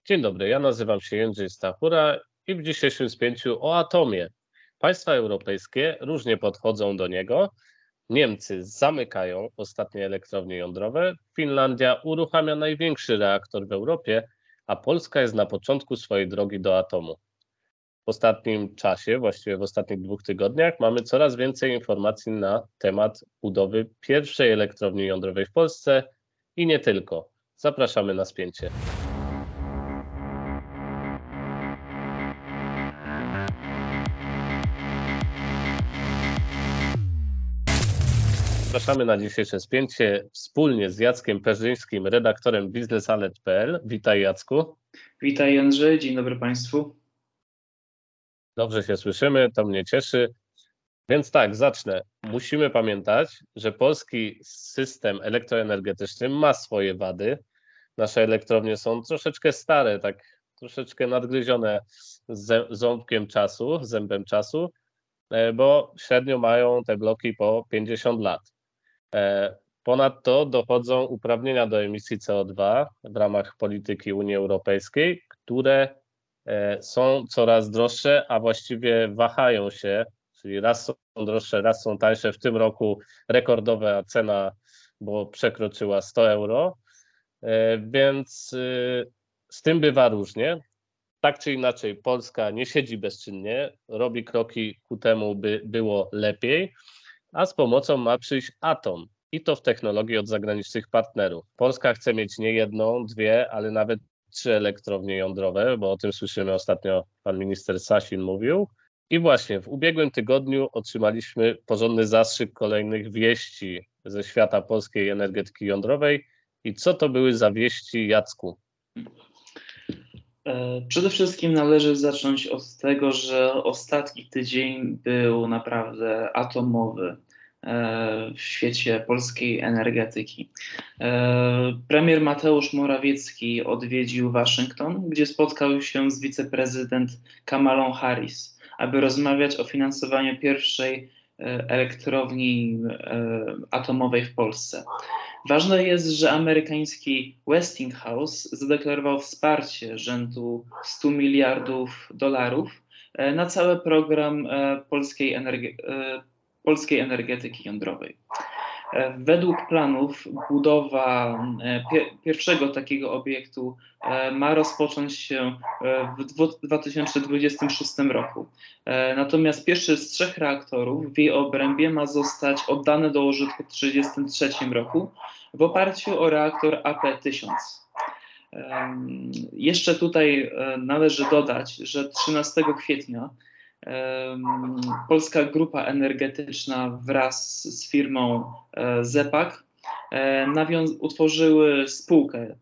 Dzień dobry, ja nazywam się Jędrzej Stachura i w dzisiejszym spięciu o atomie. Państwa europejskie różnie podchodzą do niego. Niemcy zamykają ostatnie elektrownie jądrowe, Finlandia uruchamia największy reaktor w Europie, a Polska jest na początku swojej drogi do atomu. W ostatnim czasie, właściwie w ostatnich 2 tygodniach, mamy coraz więcej informacji na temat budowy pierwszej elektrowni jądrowej w Polsce i nie tylko. Zapraszamy na spięcie. Zapraszamy na dzisiejsze spięcie wspólnie z Jackiem Perzyńskim, redaktorem biznesalert.pl. Witaj, Jacku. Witaj, Jędrzej, dzień dobry Państwu. Dobrze się słyszymy, to mnie cieszy. Więc tak, zacznę. Musimy pamiętać, że polski system elektroenergetyczny ma swoje wady. Nasze elektrownie są troszeczkę stare, tak troszeczkę nadgryzione zębem czasu, bo średnio mają te bloki po 50 lat. Ponadto dochodzą uprawnienia do emisji CO2 w ramach polityki Unii Europejskiej, które są coraz droższe, a właściwie wahają się, czyli raz są droższe, raz są tańsze. W tym roku rekordowa cena, bo przekroczyła 100 euro, więc z tym bywa różnie. Tak czy inaczej, Polska nie siedzi bezczynnie, robi kroki ku temu, by było lepiej, a z pomocą ma przyjść atom i to w technologii od zagranicznych partnerów. Polska chce mieć nie jedną, dwie, ale nawet 3 elektrownie jądrowe, bo o tym słyszymy ostatnio, pan minister Sasin mówił. I właśnie w ubiegłym tygodniu otrzymaliśmy porządny zastrzyk kolejnych wieści ze świata polskiej energetyki jądrowej. I co to były za wieści, Jacku? Przede wszystkim należy zacząć od tego, że ostatni tydzień był naprawdę atomowy w świecie polskiej energetyki. Premier Mateusz Morawiecki odwiedził Waszyngton, gdzie spotkał się z wiceprezydent Kamalą Harris, aby rozmawiać o finansowaniu pierwszej elektrowni atomowej w Polsce. Ważne jest, że amerykański Westinghouse zadeklarował wsparcie rzędu $100 miliardów na cały program polskiej energetyki jądrowej. Według planów budowa pierwszego takiego obiektu ma rozpocząć się w 2026 roku. Natomiast pierwszy z 3 reaktorów w jej obrębie ma zostać oddany do użytku w 2033 roku w oparciu o reaktor AP1000. Jeszcze tutaj należy dodać, że 13 kwietnia Polska Grupa Energetyczna wraz z firmą ZE-PAK utworzyły spółkę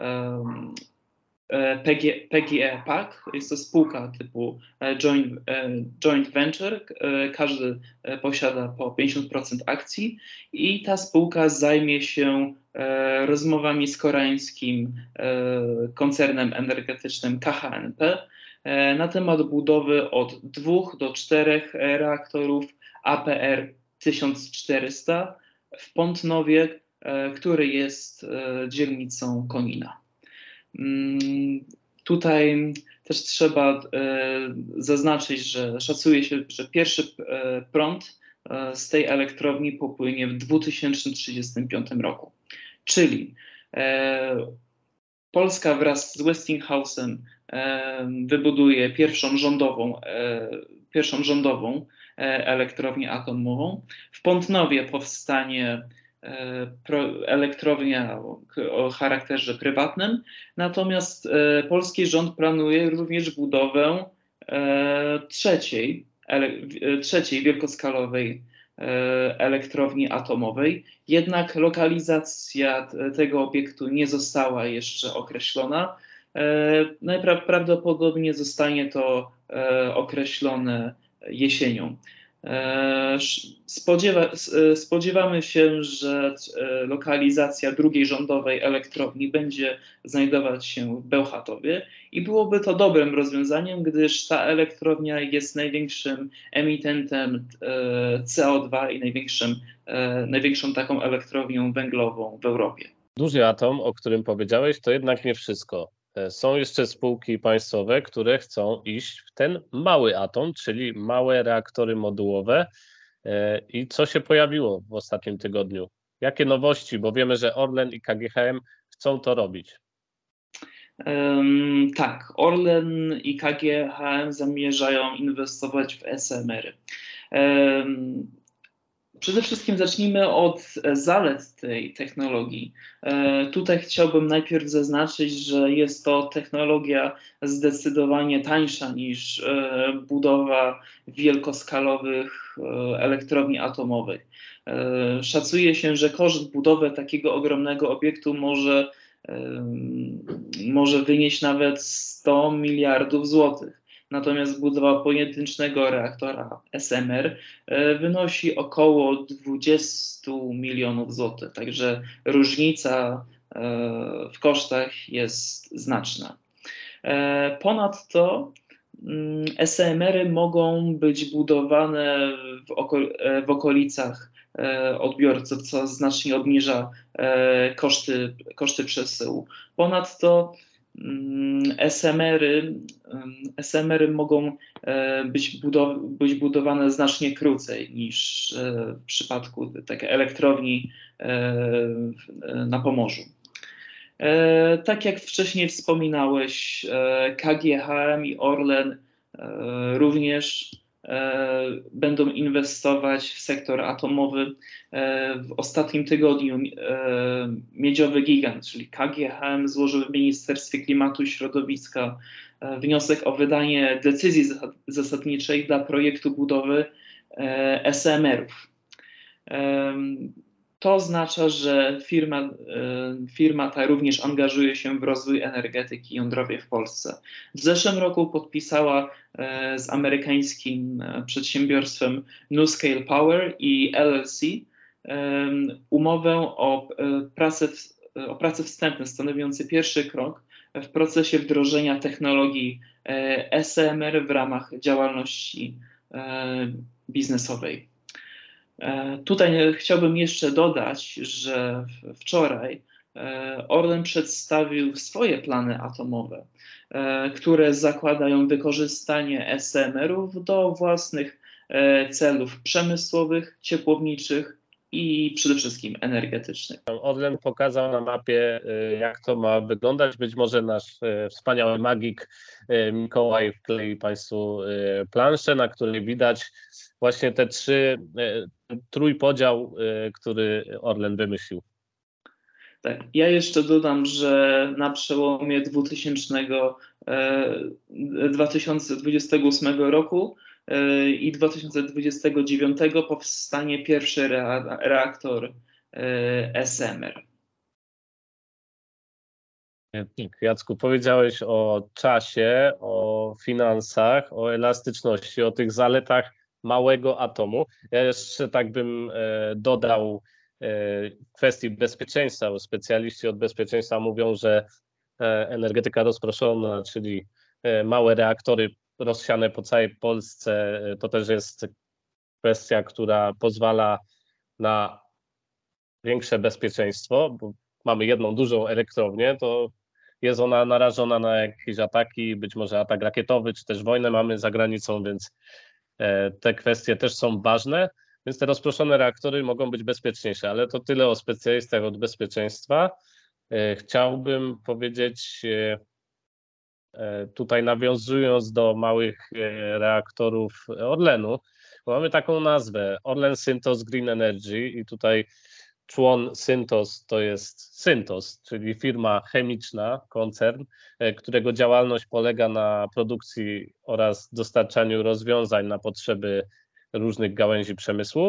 PGE-PAK. Jest to spółka typu joint venture. Każdy posiada po 50% akcji i ta spółka zajmie się rozmowami z koreańskim koncernem energetycznym KHNP na temat budowy od 2 do 4 reaktorów APR 1400 w Pątnowie, który jest dzielnicą Konina. Tutaj też trzeba zaznaczyć, że szacuje się, że pierwszy prąd z tej elektrowni popłynie w 2035 roku. Czyli Polska wraz z Westinghouse'em wybuduje pierwszą rządową elektrownię atomową. W Pątnowie powstanie elektrownia o charakterze prywatnym, natomiast polski rząd planuje również budowę trzeciej wielkoskalowej elektrowni atomowej, jednak lokalizacja tego obiektu nie została jeszcze określona. Najprawdopodobniej zostanie to określone jesienią. Spodziewamy się, że lokalizacja drugiej rządowej elektrowni będzie znajdować się w Bełchatowie i byłoby to dobrym rozwiązaniem, gdyż ta elektrownia jest największym emitentem CO2 i największą taką elektrownią węglową w Europie. Duży atom, o którym powiedziałeś, to jednak nie wszystko. są jeszcze spółki państwowe, które chcą iść w ten mały atom, czyli małe reaktory modułowe. I co się pojawiło w ostatnim tygodniu? Jakie nowości? Bo wiemy, że Orlen i KGHM chcą to robić. Tak, Orlen i KGHM zamierzają inwestować w SMR-y. Przede wszystkim zacznijmy od zalet tej technologii. Tutaj chciałbym najpierw zaznaczyć, że jest to technologia zdecydowanie tańsza niż budowa wielkoskalowych elektrowni atomowych. Szacuje się, że koszt budowy takiego ogromnego obiektu może wynieść nawet 100 miliardów złotych. Natomiast budowa pojedynczego reaktora SMR wynosi około 20 milionów złotych, także różnica w kosztach jest znaczna. Ponadto SMR-y mogą być budowane w okolicach odbiorców, co znacznie obniża koszty przesyłu. Ponadto SMR-y mogą być budowane znacznie krócej niż w przypadku takiej elektrowni na Pomorzu. Tak jak wcześniej wspominałeś, KGHM i Orlen również będą inwestować w sektor atomowy. W ostatnim tygodniu miedziowy gigant, czyli KGHM, złożył w Ministerstwie Klimatu i Środowiska wniosek o wydanie decyzji zasadniczej dla projektu budowy SMR-ów. To oznacza, że firma ta również angażuje się w rozwój energetyki jądrowej w Polsce. W zeszłym roku podpisała z amerykańskim przedsiębiorstwem NuScale Power i LLC umowę o prace wstępne stanowiące pierwszy krok w procesie wdrożenia technologii SMR w ramach działalności biznesowej. Tutaj chciałbym jeszcze dodać, że wczoraj Orlen przedstawił swoje plany atomowe, które zakładają wykorzystanie SMR-ów do własnych celów przemysłowych, ciepłowniczych i przede wszystkim energetycznych. Orlen pokazał na mapie, jak to ma wyglądać. Być może nasz wspaniały magik Mikołaj wklei Państwu planszę, na której widać właśnie te trójpodział, który Orlen wymyślił. Tak. Ja jeszcze dodam, że na przełomie 2028 roku i 2029 powstanie pierwszy reaktor SMR. Jacku, powiedziałeś o czasie, o finansach, o elastyczności, o tych zaletach małego atomu. Ja jeszcze tak bym dodał kwestii bezpieczeństwa, bo specjaliści od bezpieczeństwa mówią, że energetyka rozproszona, czyli małe reaktory rozsiane po całej Polsce, to też jest kwestia, która pozwala na większe bezpieczeństwo, bo mamy jedną dużą elektrownię, to jest ona narażona na jakieś ataki, być może atak rakietowy, czy też wojnę mamy za granicą, więc te kwestie też są ważne, więc te rozproszone reaktory mogą być bezpieczniejsze, ale to tyle o specjalistach od bezpieczeństwa. Chciałbym powiedzieć, tutaj nawiązując do małych reaktorów Orlenu, bo mamy taką nazwę, Orlen Synthos Green Energy i tutaj człon Synthos to jest Synthos, czyli firma chemiczna, koncern, którego działalność polega na produkcji oraz dostarczaniu rozwiązań na potrzeby różnych gałęzi przemysłu.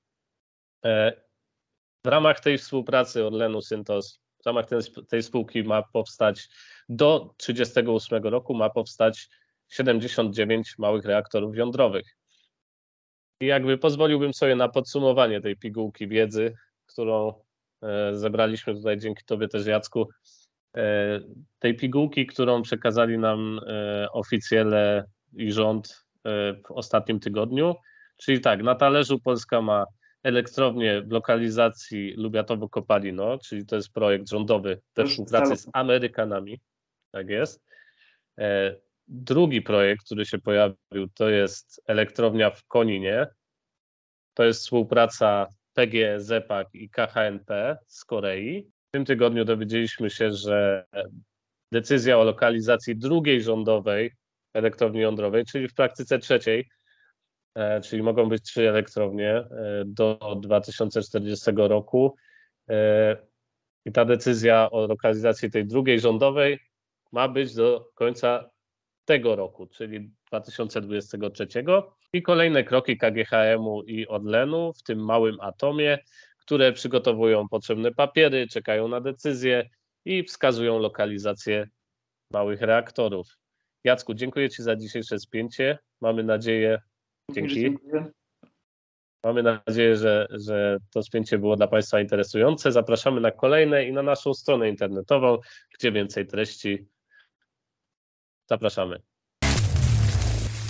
W ramach tej współpracy Orlenu Synthos, w ramach tej spółki ma powstać do 1938 roku ma powstać 79 małych reaktorów jądrowych. I jakby pozwoliłbym sobie na podsumowanie tej pigułki wiedzy, którą zebraliśmy tutaj dzięki Tobie też, Jacku, tej pigułki, którą przekazali nam oficjele i rząd w ostatnim tygodniu. Czyli tak, na talerzu Polska ma elektrownię w lokalizacji Lubiatowo-Kopalino, czyli to jest projekt rządowy we współpracy z Amerykanami. Tak jest. Drugi projekt, który się pojawił, to jest elektrownia w Koninie. To jest współpraca PGE, ZE-PAK i KHNP z Korei. W tym tygodniu dowiedzieliśmy się, że decyzja o lokalizacji drugiej rządowej elektrowni jądrowej, czyli w praktyce trzeciej, czyli mogą być 3 elektrownie do 2040 roku. I ta decyzja o lokalizacji tej drugiej rządowej ma być do końca tego roku, czyli 2023. I kolejne kroki KGHM-u i Orlenu w tym małym atomie, które przygotowują potrzebne papiery, czekają na decyzję i wskazują lokalizację małych reaktorów. Jacku, dziękuję Ci za dzisiejsze spięcie. Mamy nadzieję, Dziękuję. Mamy nadzieję, że to spięcie było dla Państwa interesujące. Zapraszamy na kolejne i na naszą stronę internetową, gdzie więcej treści. Zapraszamy.